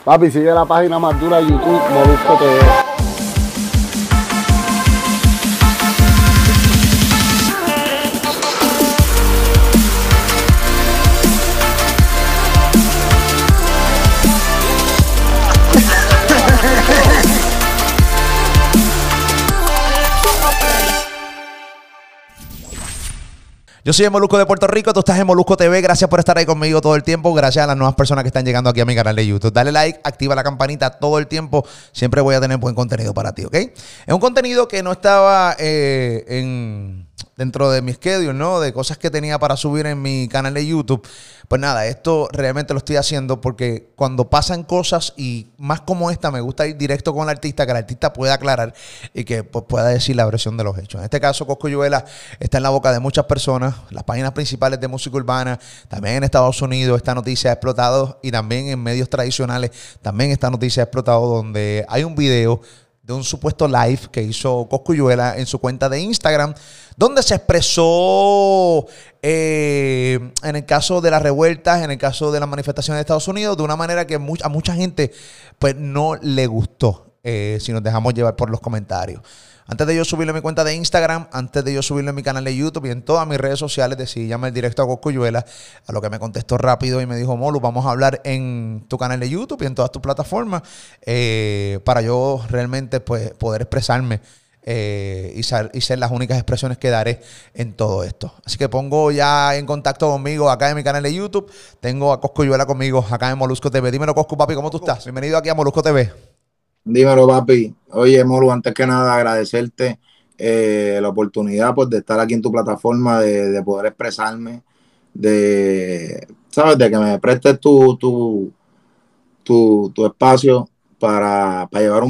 Papi, sigue la página más dura de YouTube, Molusco TV. Yo soy el Molusco de Puerto Rico, tú estás en Molusco TV. Gracias por estar ahí conmigo todo el tiempo. Gracias a las nuevas personas que están llegando aquí a mi canal de YouTube. Dale like, activa la campanita todo el tiempo. Siempre voy a tener buen contenido para ti, ¿ok? Es un contenido que no estaba dentro de mi schedule, ¿no? De cosas que tenía para subir en mi canal de YouTube. Pues nada, esto realmente lo estoy haciendo porque cuando pasan cosas y más como esta, me gusta ir directo con el artista, que el artista pueda aclarar y que pues, pueda decir la versión de los hechos. En este caso, Cosculluela está en la boca de muchas personas, las páginas principales de música urbana, también en Estados Unidos esta noticia ha explotado y también en medios tradicionales también esta noticia ha explotado, donde hay un video de un supuesto live que hizo Cosculluela en su cuenta de Instagram, donde se expresó en el caso de las revueltas, en el caso de las manifestaciones de Estados Unidos, de una manera que a mucha gente pues no le gustó, si nos dejamos llevar por los comentarios. Antes de yo subirlo en mi cuenta de Instagram, antes de yo subirlo en mi canal de YouTube y en todas mis redes sociales, decidí llamar directo a Cosculluela, a lo que me contestó rápido y me dijo: Molu, vamos a hablar en tu canal de YouTube y en todas tus plataformas para yo realmente pues, poder expresarme y ser las únicas expresiones que daré en todo esto. Así que pongo ya en contacto conmigo acá en mi canal de YouTube. Tengo a Cosculluela conmigo acá en Molusco TV. Dímelo, Coscu, papi, ¿cómo tú estás? Bienvenido aquí a Molusco TV. Dímelo, papi. Oye, Molu, antes que nada agradecerte la oportunidad pues, de estar aquí en tu plataforma, de poder expresarme, ¿sabes? De que me prestes tu espacio para llevar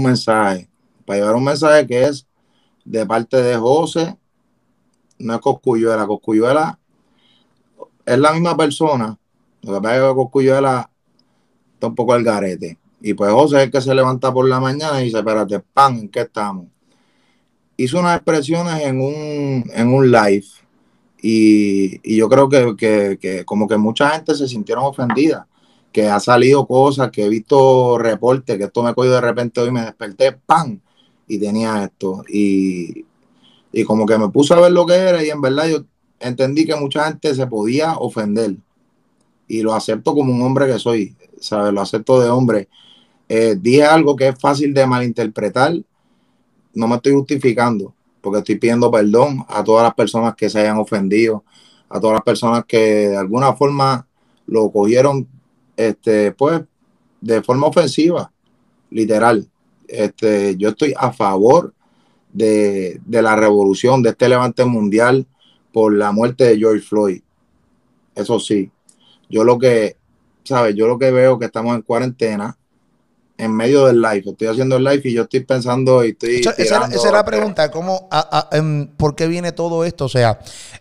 un mensaje que es de parte de José, no es Cosculluela. Cosculluela es la misma persona, lo que pasa es que Cosculluela está un poco al garete. Y pues José es el que se levanta por la mañana y dice: espérate, pan, ¿en qué estamos? Hizo unas expresiones en un live y yo creo que como que mucha gente se sintieron ofendida, que ha salido cosas, que he visto reportes, que esto me cogió de repente hoy, me desperté, pan, y tenía esto. Y como que me puse a ver lo que era y en verdad yo entendí que mucha gente se podía ofender y lo acepto como un hombre que soy, ¿sabes? Lo acepto de hombre. Dije algo que es fácil de malinterpretar, no me estoy justificando, porque estoy pidiendo perdón a todas las personas que se hayan ofendido, a todas las personas que de alguna forma lo cogieron, pues, de forma ofensiva, literal. Yo estoy a favor de la revolución, de este levante mundial por la muerte de George Floyd. Eso sí, yo lo que, ¿sabes? Yo lo que veo que estamos en cuarentena, en medio del live, estoy haciendo el live y yo estoy pensando y estoy tirando. Esa era la pregunta, ¿por qué viene todo esto? O sea,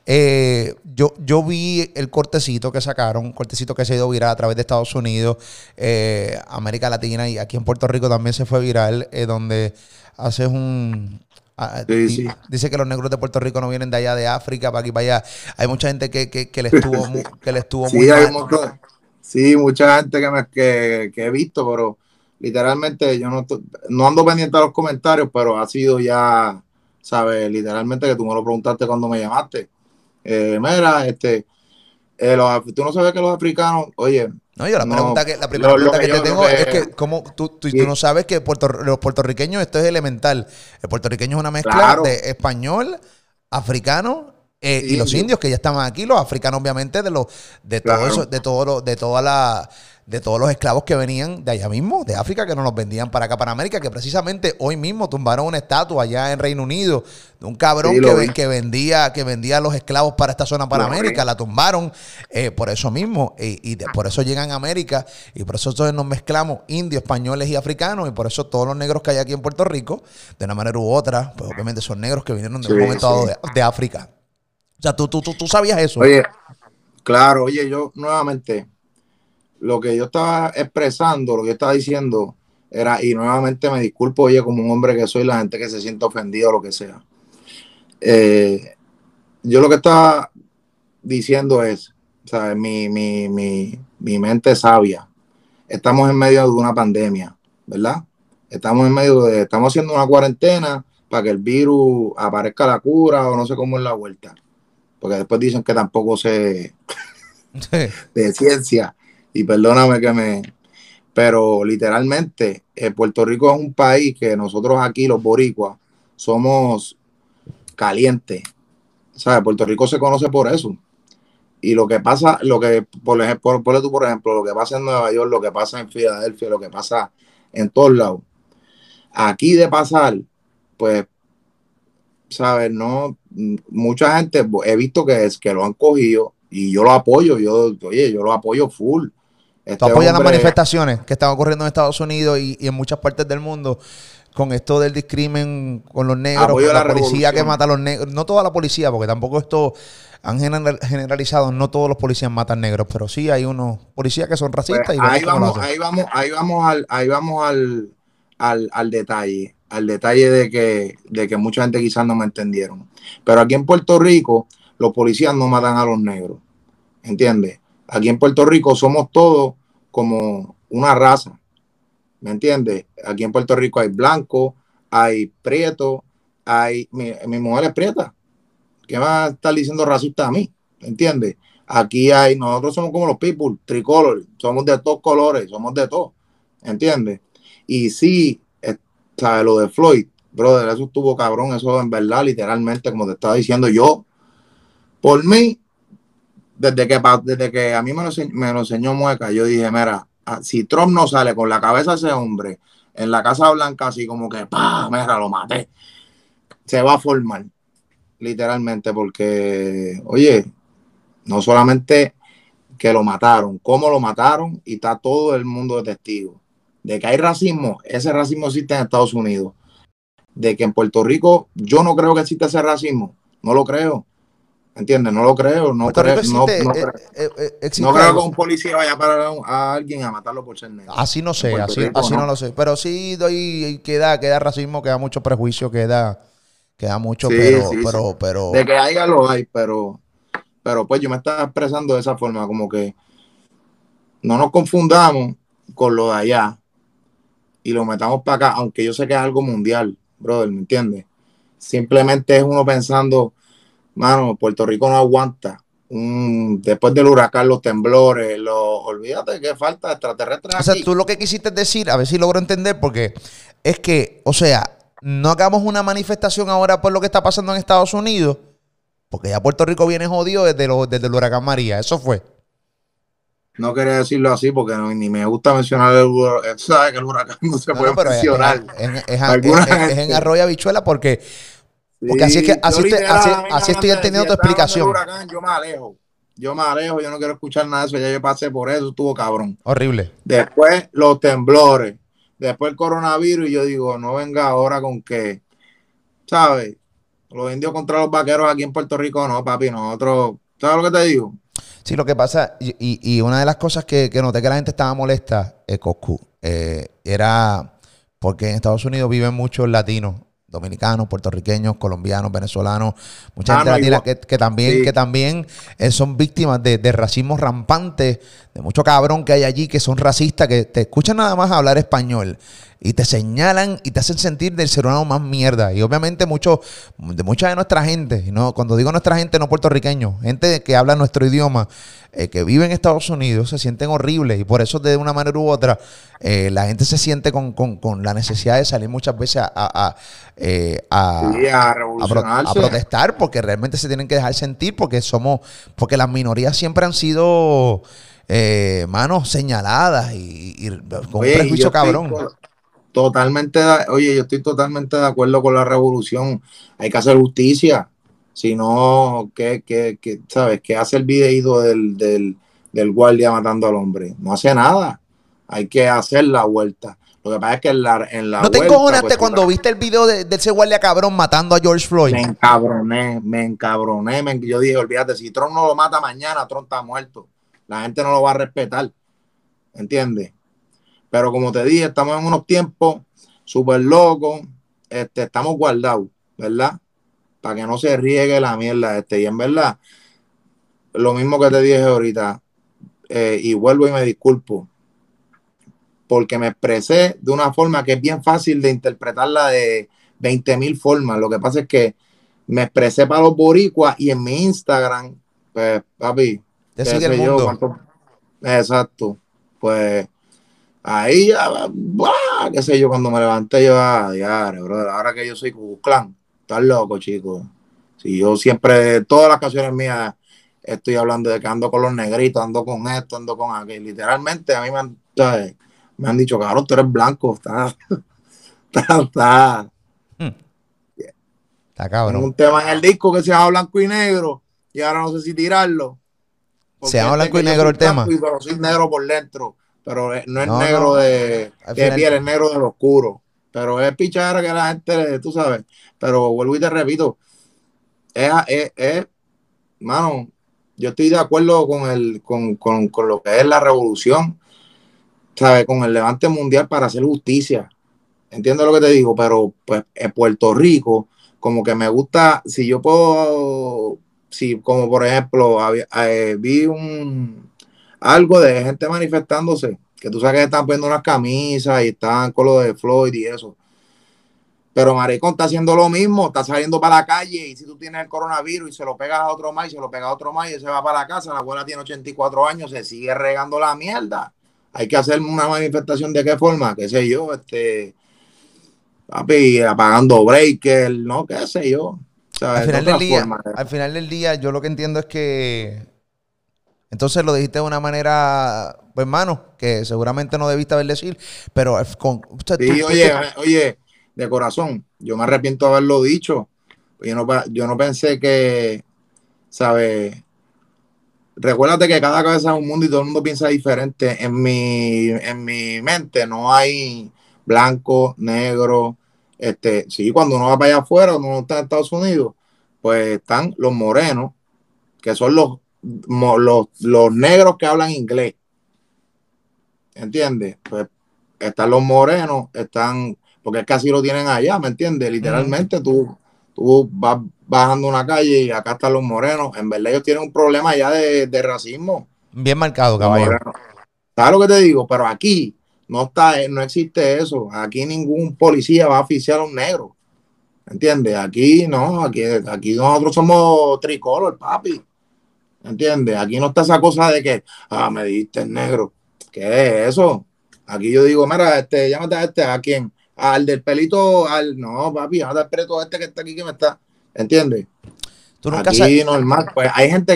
yo vi el cortecito que sacaron, un cortecito que se ha ido viral a través de Estados Unidos, América Latina y aquí en Puerto Rico también se fue viral, donde haces Sí. Dice que los negros de Puerto Rico no vienen de allá de África, para aquí, para allá. Hay mucha gente que le estuvo Sí, muy hay mal. sí, mucha gente que he visto, pero literalmente yo no ando pendiente a los comentarios, pero ha sido ya, ¿sabes? Literalmente que tú me lo preguntaste cuando me llamaste. Mira, tú no sabes que los africanos, oye, No, yo no, la primera pregunta que te tengo es que ¿cómo tú no y- sabes que los puertorriqueños, esto es elemental? El puertorriqueño es una mezcla claro, de español, africano y los indio, indios que ya estaban aquí, los africanos obviamente de todo eso, claro, de todos los esclavos que venían de allá mismo, de África, que nos los vendían para acá, para América, que precisamente hoy mismo tumbaron una estatua allá en Reino Unido de un cabrón sí, lo vi, que vendía a los esclavos para esta zona, para lo vi. América, la tumbaron por eso mismo, por eso llegan a América, y por eso entonces nos mezclamos indios, españoles y africanos, y por eso todos los negros que hay aquí en Puerto Rico, de una manera u otra, pues obviamente son negros que vinieron de Sí, un momento sí. dado de África. O sea, tú sabías eso. Oye, claro, oye, yo nuevamente, lo que yo estaba expresando, lo que yo estaba diciendo era, y nuevamente me disculpo, oye, como un hombre que soy, la gente que se siente ofendido o lo que sea. Yo lo que estaba diciendo es, ¿sabes? Mi mente sabia estamos en medio de una pandemia, ¿verdad? Estamos haciendo una cuarentena para que el virus aparezca la cura o no sé cómo es la vuelta. Porque después dicen que tampoco sé de ciencia. Y perdóname que me... Pero literalmente, Puerto Rico es un país que nosotros aquí, los boricuas, somos calientes. ¿Sabes? Puerto Rico se conoce por eso. Y lo que pasa, por ejemplo, lo que pasa en Nueva York, lo que pasa en Filadelfia, lo que pasa en todos lados. Aquí de pasar, pues, ¿sabes? No, mucha gente, he visto que lo han cogido y yo lo apoyo, yo lo apoyo full. ¿Tú apoyas las manifestaciones que están ocurriendo en Estados Unidos y en muchas partes del mundo con esto del discrimen con los negros, con la policía que mata a los negros? No toda la policía, porque tampoco esto han generalizado, no todos los policías matan negros, pero sí hay unos policías que son racistas. Pues y ahí vamos al detalle de que mucha gente quizás no me entendieron. Pero aquí en Puerto Rico, los policías no matan a los negros, ¿entiendes? Aquí en Puerto Rico somos todos como una raza, ¿me entiendes? Aquí en Puerto Rico hay blancos, hay prietos, mi mujer es prieta. ¿Qué va a estar diciendo racista a mí? ¿Me entiendes? Nosotros somos como los people, tricolor, somos de todos colores, somos de todos, ¿entiendes? Y sí, ¿sabes? Lo de Floyd, brother, eso estuvo cabrón, eso en verdad, literalmente, como te estaba diciendo yo, por mí, desde que a mí me lo enseñó Mueca, yo dije, mira, si Trump no sale con la cabeza de ese hombre en la Casa Blanca, así como que, ¡pah! Mira, lo maté, se va a formar, literalmente, porque, oye, no solamente que lo mataron, cómo lo mataron, y está todo el mundo de testigo. De que hay racismo, ese racismo existe en Estados Unidos. De que en Puerto Rico yo no creo que exista ese racismo, no lo creo. ¿Entiendes? No lo creo, no creo, no creo que un policía vaya a parar a alguien a matarlo por ser negro. Así no sé, así no lo sé. Pero sí queda racismo, queda mucho prejuicio, queda mucho, sí, pero. De que haya lo hay, pero pues yo me estaba expresando de esa forma, como que no nos confundamos con lo de allá y lo metamos para acá, aunque yo sé que es algo mundial, brother, ¿me entiendes? Simplemente es uno pensando, mano, Puerto Rico no aguanta. Después del huracán, los temblores, olvídate que falta extraterrestres aquí. O sea, tú lo que quisiste decir, a ver si logro entender, porque es que, o sea, no hagamos una manifestación ahora por lo que está pasando en Estados Unidos, porque ya Puerto Rico viene jodido desde el huracán María. Eso fue. No quería decirlo así porque ni me gusta mencionar el huracán. Sabes que el huracán no se puede mencionar. Es en Arroyo Habichuela porque así es que así estoy entendiendo tu explicación. Huracán, yo me alejo, yo no quiero escuchar nada de eso, ya yo pasé por eso, estuvo cabrón. Horrible. Después los temblores, después el coronavirus, y yo digo, no venga ahora con que, ¿sabes? Los indios contra los vaqueros aquí en Puerto Rico, no, papi, nosotros, ¿sabes lo que te digo? Sí, lo que pasa, y una de las cosas que noté que la gente estaba molesta, Coscu, era porque en Estados Unidos viven muchos latinos, dominicanos, puertorriqueños, colombianos, venezolanos, mucha gente latina que también son víctimas de racismo rampante, de mucho cabrón que hay allí que son racistas, que te escuchan nada más hablar español y te señalan y te hacen sentir del ser humano más mierda. Y obviamente mucha de nuestra gente, no, cuando digo nuestra gente, no puertorriqueños, gente que habla nuestro idioma, que vive en Estados Unidos, se sienten horribles. Y por eso, de una manera u otra, la gente se siente con la necesidad de salir muchas veces a protestar, porque realmente se tienen que dejar sentir, porque las minorías siempre han sido manos señaladas y con un prejuicio cabrón. Yo estoy totalmente de acuerdo con la revolución. Hay que hacer justicia. Si no, ¿sabes? ¿Qué hace el videíto del guardia matando al hombre? No hace nada. Hay que hacer la vuelta. Lo que pasa es que en la ¿No te encojonaste cuando viste el video de ese guardia cabrón matando a George Floyd? Me encabroné. Yo dije, olvídate, si Trump no lo mata mañana, Trump está muerto. La gente no lo va a respetar. ¿Entiendes? Pero como te dije, estamos en unos tiempos súper locos. Estamos guardados, ¿verdad? Para que no se riegue la mierda. Y en verdad, lo mismo que te dije ahorita, y vuelvo y me disculpo, porque me expresé de una forma que es bien fácil de interpretarla de 20,000 formas. Lo que pasa es que me expresé para los boricuas y en mi Instagram, pues, papi, Te qué sigue el sé yo, mundo. cuánto. Exacto. Pues ahí ya, ¡buah! Qué sé yo, cuando me levanté yo, diario, brother, ahora que yo soy Ku Klux Klan, estás loco, chico. Si yo siempre, todas las canciones mías, estoy hablando de que ando con los negritos, ando con esto, ando con aquello. Literalmente, a mí ¿sabes? Me han dicho, cabrón, tú eres blanco, está. Hmm, Está Tengo cabrón. un tema en el disco que se llama Blanco y Negro, y ahora no sé si tirarlo, Se porque llama es de blanco y que yo negro soy el blanco tema. y pero soy negro por dentro, pero no es No, negro no. Al de final, piel, es negro de lo oscuro, pero es pichadera que la gente, tú sabes, pero vuelvo y te repito, mano, yo estoy de acuerdo con lo que es la revolución, ¿sabes? Con el levante mundial para hacer justicia, entiendo lo que te digo, pero pues en Puerto Rico, como que me gusta, si yo puedo, si como por ejemplo, vi algo de gente manifestándose, que tú sabes que están poniendo unas camisas y están con lo de Floyd y eso. Pero maricón está haciendo lo mismo, está saliendo para la calle y si tú tienes el coronavirus y se lo pegas a otro más y se lo pega a otro más y se va para la casa, la abuela tiene 84 años, se sigue regando la mierda. Hay que hacer una manifestación de qué forma, qué sé yo, papi, apagando breaker, no, qué sé yo. al ¿Sabes? De final del otra día, forma. al final del día, yo lo que entiendo es que entonces lo dijiste de una manera, pues, hermano, que seguramente no debiste haber decir, pero o sea, Sí, oye, de corazón, yo me arrepiento de haberlo dicho. Yo no pensé que, ¿sabes? Recuérdate que cada cabeza es un mundo y todo el mundo piensa diferente. En mi mente no hay blanco, negro. Sí, cuando uno va para allá afuera, uno está en Estados Unidos, pues están los morenos, que son los negros que hablan inglés. ¿Entiendes? Pues están los morenos, porque es que así lo tienen allá, ¿me entiendes? ujú, Literalmente tú vas bajando una calle y acá están los morenos. En verdad ellos tienen un problema allá de racismo, bien marcado, los caballo. morenos. ¿Sabes lo que te digo? Pero aquí no existe eso. Aquí ningún policía va a oficiar a un negro. ¿Entiendes? Aquí no, aquí nosotros somos tricolor, papi. ¿Entiendes? Aquí no está esa cosa de que, me dijiste negro. ¿Qué es eso? Aquí yo digo, mira, llámate ¿a quién? Al del pelito, no, papi, llámate al pelito que está aquí que me está. ¿Entiendes? Tú nunca sabes. Aquí normal, pues hay gente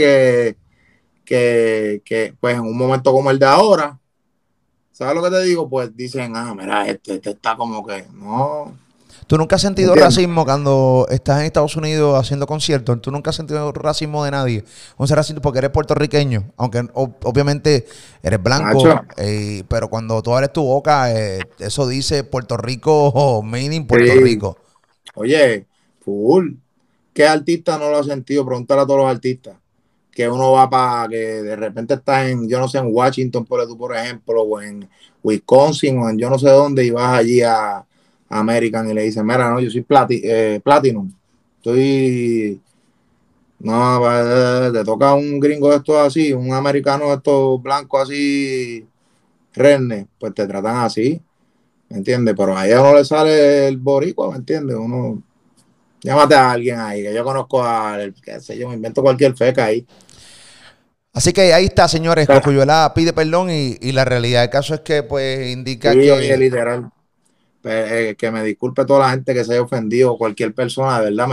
que, pues en un momento como el de ahora, ¿sabes lo que te digo? Pues dicen, mira, este está como que, no, ¿Tú nunca has sentido ¿entiendes? racismo cuando estás en Estados Unidos haciendo conciertos? ¿Tú nunca has sentido racismo de nadie? Un racismo porque eres puertorriqueño, aunque obviamente eres Nacho, blanco, pero cuando tú abres tu boca, eso dice Puerto Rico, made in Puerto sí, Rico. oye, full. ¿Qué artista no lo ha sentido? Preguntar a todos los artistas. Que uno va para que de repente está en, yo no sé, en Washington, por ejemplo, o en Wisconsin, o en yo no sé dónde, y vas allí a American y le dicen, mira, no, yo soy Platinum. Estoy, no, te toca un gringo de estos así, un americano de estos blancos así, renne, pues te tratan así, ¿me entiendes? Pero a ella no le sale el boricua, ¿me entiendes? Uno, llámate a alguien ahí, que yo conozco qué sé yo, me invento cualquier feca ahí. Así que ahí está, señores. Pero, Cosculluela pide perdón y la realidad del caso es que pues indica sí, oye, que literal. Que me disculpe toda la gente que se haya ofendido, cualquier persona, de verdad,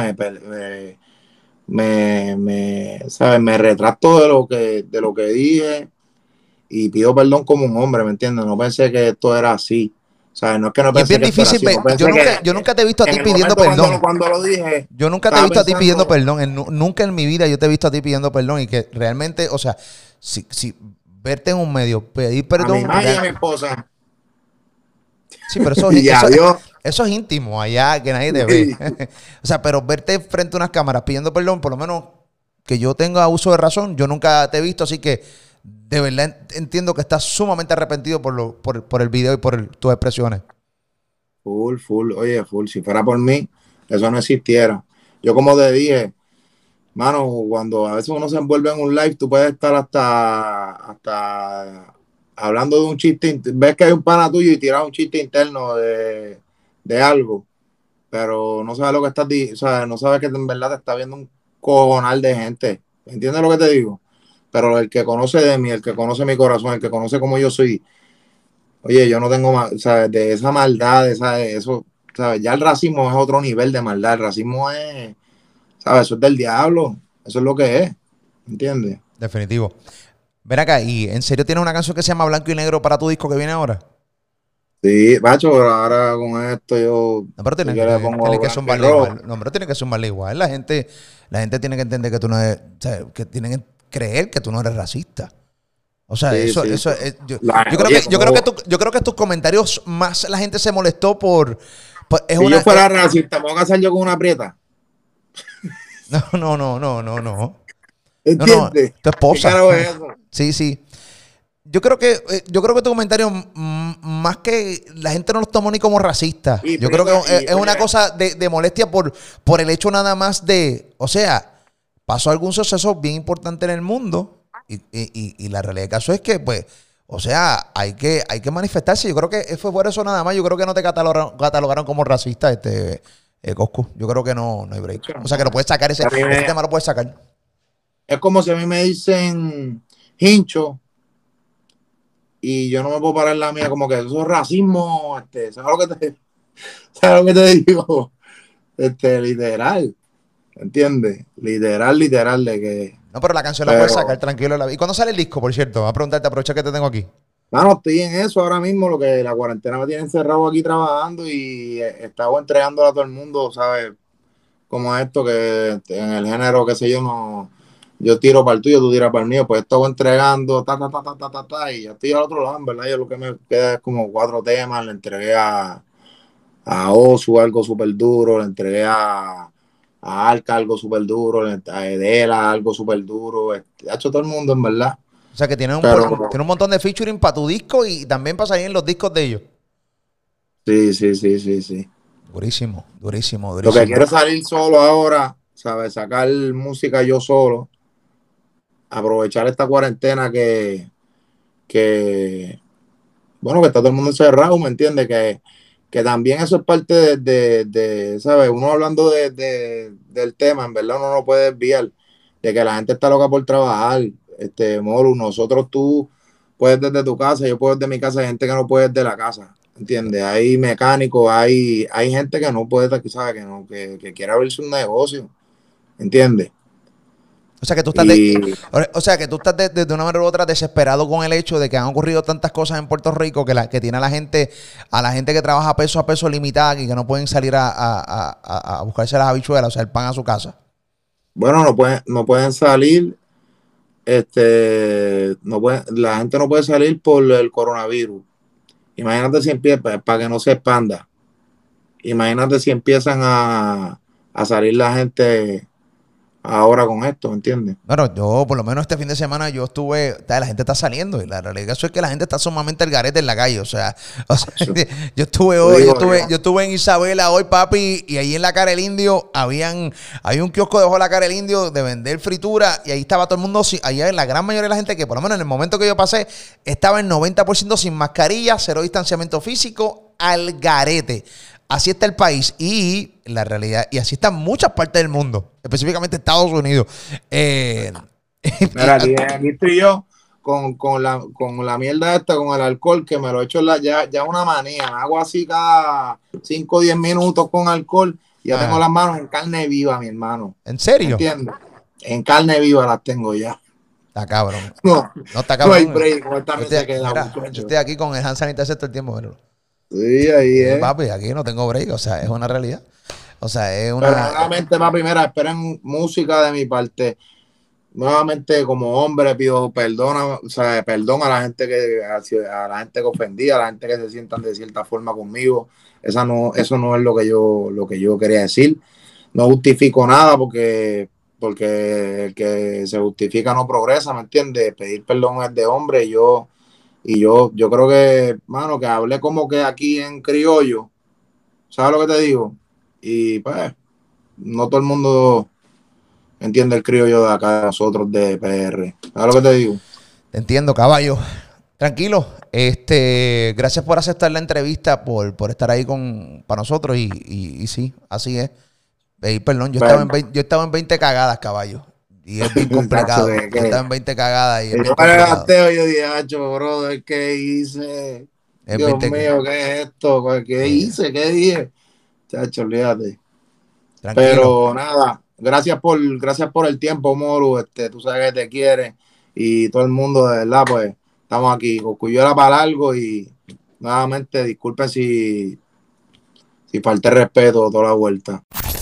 ¿sabes? Me retracto de lo que dije y pido perdón como un hombre, ¿me entiendes? No pensé que esto era así. ¿Sabes? No es que no y es pensé bien que esto era difícil así, ver. no pensé Yo que nunca te he visto a ti en el pidiendo momento cuando, perdón. cuando lo dije, Yo nunca te he estaba visto a ti pidiendo pensando perdón. Nunca en mi vida yo te he visto a ti pidiendo perdón. Y que realmente, o sea, si verte en un medio, pedir a mi perdón, madre y a mi esposa. sí, pero eso, Y adiós. eso es íntimo, allá que nadie te ve. O sea, pero verte frente a unas cámaras pidiendo perdón, por lo menos que yo tenga uso de razón, yo nunca te he visto, así que de verdad entiendo que estás sumamente arrepentido por el video y por tus expresiones. Full, oye, full. Si fuera por mí, eso no existiera. Yo como te dije, mano, cuando a veces uno se envuelve en un live, tú puedes estar hasta hablando de un chiste, ves que hay un pana tuyo y tiras un chiste interno de algo, pero no sabes lo que estás diciendo, o sea, no sabes que en verdad te está viendo un cojonal de gente. ¿Entiendes lo que te digo? Pero el que conoce de mí, el que conoce mi corazón, el que conoce cómo yo soy, oye, yo no tengo más, ¿sabes? De esa maldad, eso, ¿sabes? Ya el racismo es otro nivel de maldad. El racismo es, ¿sabes? Eso es del diablo. Eso es lo que es. ¿Entiendes? Definitivo. Ven acá, ¿y en serio tienes una canción que se llama Blanco y Negro para tu disco que viene ahora? Sí, macho, pero ahora con esto yo, No, pero si tiene, quieres, pongo tiene que blanco y zumbarle rojo. igual. No, pero tiene que zumbarle igual. La gente tiene que entender que tú no eres, o sea, que tienen que creer que tú no eres racista. O sea, Sí, sí. eso es, Oye, como yo creo que tus comentarios más la gente se molestó es si una, yo fuera racista, ¿me voy a casar yo con una prieta? no. No, no, ¿Entiendes? tu ¿Qué esposa. carajo es eso? Sí, sí. Yo creo que tu comentario, más que la gente no los tomó ni como racista. Y Yo creo que prieta, y es una oye, cosa de molestia por el hecho nada más de, o sea, pasó algún suceso bien importante en el mundo y la realidad del caso es que, pues, o sea, hay que manifestarse. Yo creo que fue por eso nada más. Yo creo que no te catalogaron como racista, Coscu. Yo creo que no hay break. O sea, que lo puedes sacar, a mí ese tema lo puedes sacar. es como si a mí me dicen hincho y yo no me puedo parar la mía, como que eso es racismo, ¿sabes lo que te digo? Literal, ¿entiendes? Literal, de que, No, pero la canción la puedes sacar pero, tranquilo. ¿Y cuándo sale el disco, por cierto? Va a preguntarte, aprovecha que te tengo aquí. mano, estoy en eso ahora mismo, lo que la cuarentena me tiene encerrado aquí trabajando y he estado entregándole a todo el mundo, ¿sabes? Como esto, que en el género, qué sé yo, no, yo tiro para el tuyo, tú tiras para el mío, pues estoy entregando, y ya estoy al otro lado, en verdad, yo lo que me queda es como 4 temas, le entregué a Osu algo súper duro, le entregué a Arca algo súper duro, a Edela algo súper duro, ha hecho todo el mundo, en verdad, O sea, que pero tiene un montón de featuring para tu disco y también para salir en los discos de ellos. sí. Lo que Durísimo. quiero es salir solo ahora, ¿sabes? Sacar música yo solo, aprovechar esta cuarentena que, bueno, que está todo el mundo encerrado, ¿me entiendes? Que también eso es parte ¿sabes? Uno hablando del tema, en verdad uno no puede desviar de que la gente está loca por trabajar. Molu, nosotros tú puedes desde tu casa, yo puedo desde mi casa, hay gente que no puede desde la casa, ¿entiendes? Hay mecánicos, hay gente que no puede, ¿sabes? Que quiere abrirse un negocio, ¿entiendes? O sea, que tú estás Y o sea, que tú estás de una manera u otra desesperado con el hecho de que han ocurrido tantas cosas en Puerto Rico que tiene a la gente que trabaja a peso limitada y que no pueden salir a buscarse las habichuelas, o sea, el pan a su casa. bueno, no pueden salir. No puede, la gente no puede salir por el coronavirus. Imagínate si empieza, para que no se expanda. Imagínate si empiezan a salir la gente ahora con esto, ¿me entiendes? Bueno, yo por lo menos este fin de semana yo la gente está saliendo y la realidad es que la gente está sumamente al garete en la calle, yo estuve Lo hoy, digo yo. yo estuve en Isabela hoy, papi, y ahí en la Cara del Indio había un kiosco debajo de la Cara del Indio de vender fritura y ahí estaba todo el mundo, allá en la gran mayoría de la gente que por lo menos en el momento que yo pasé estaba el 90% sin mascarilla, cero distanciamiento físico, al garete. Así está el país y la realidad, y así están muchas partes del mundo, específicamente Estados Unidos. Eh, Mira, aquí estoy yo con la mierda esta, con el alcohol, que me lo he hecho ya una manía. Me hago así cada 5 o 10 minutos con alcohol y ya tengo Ajá. las manos en carne viva, mi hermano. ¿En ¿Me serio? entiendes? En carne viva las tengo ya. Está cabrón. No, No, está no hay cabrón. break, con esta se queda, Yo muchacho. estoy aquí con el hand sanitizer todo el tiempo, pero Sí, ahí es. papi, aquí no tengo break, o sea, es una realidad. O sea, es Pero una... nuevamente, papi, mira, esperen música de mi parte. Nuevamente, como hombre, pido perdona, o sea, perdón a la gente a la gente que ofendí, a la gente que se sientan de cierta forma conmigo. Eso no es lo que yo quería decir. No justifico nada porque el que se justifica no progresa, ¿me entiendes? Pedir perdón es de hombre y yo creo que, mano, que hablé como que aquí en criollo, ¿sabes lo que te digo? Y pues, no todo el mundo entiende el criollo de acá, nosotros de PR. ¿Sabes lo que te digo? Te entiendo, caballo. Tranquilo, gracias por aceptar la entrevista, por estar ahí para nosotros y sí, así es. Perdón, yo estaba en 20 cagadas, caballo. Y es bien complicado. Yo estaba en 20 cagadas y es bien complicado. Yo dije, acho, brother, ¿qué hice? Dios mío, ¿qué es esto? ¿Qué hice? ¿Qué dije? Chacho, olvídate. Tranquilo. Pero nada, gracias por el tiempo, Moru. Tú sabes que te quiere y todo el mundo, de verdad, pues estamos aquí. Cosculluela para largo y nuevamente disculpen si falté respeto toda la vuelta.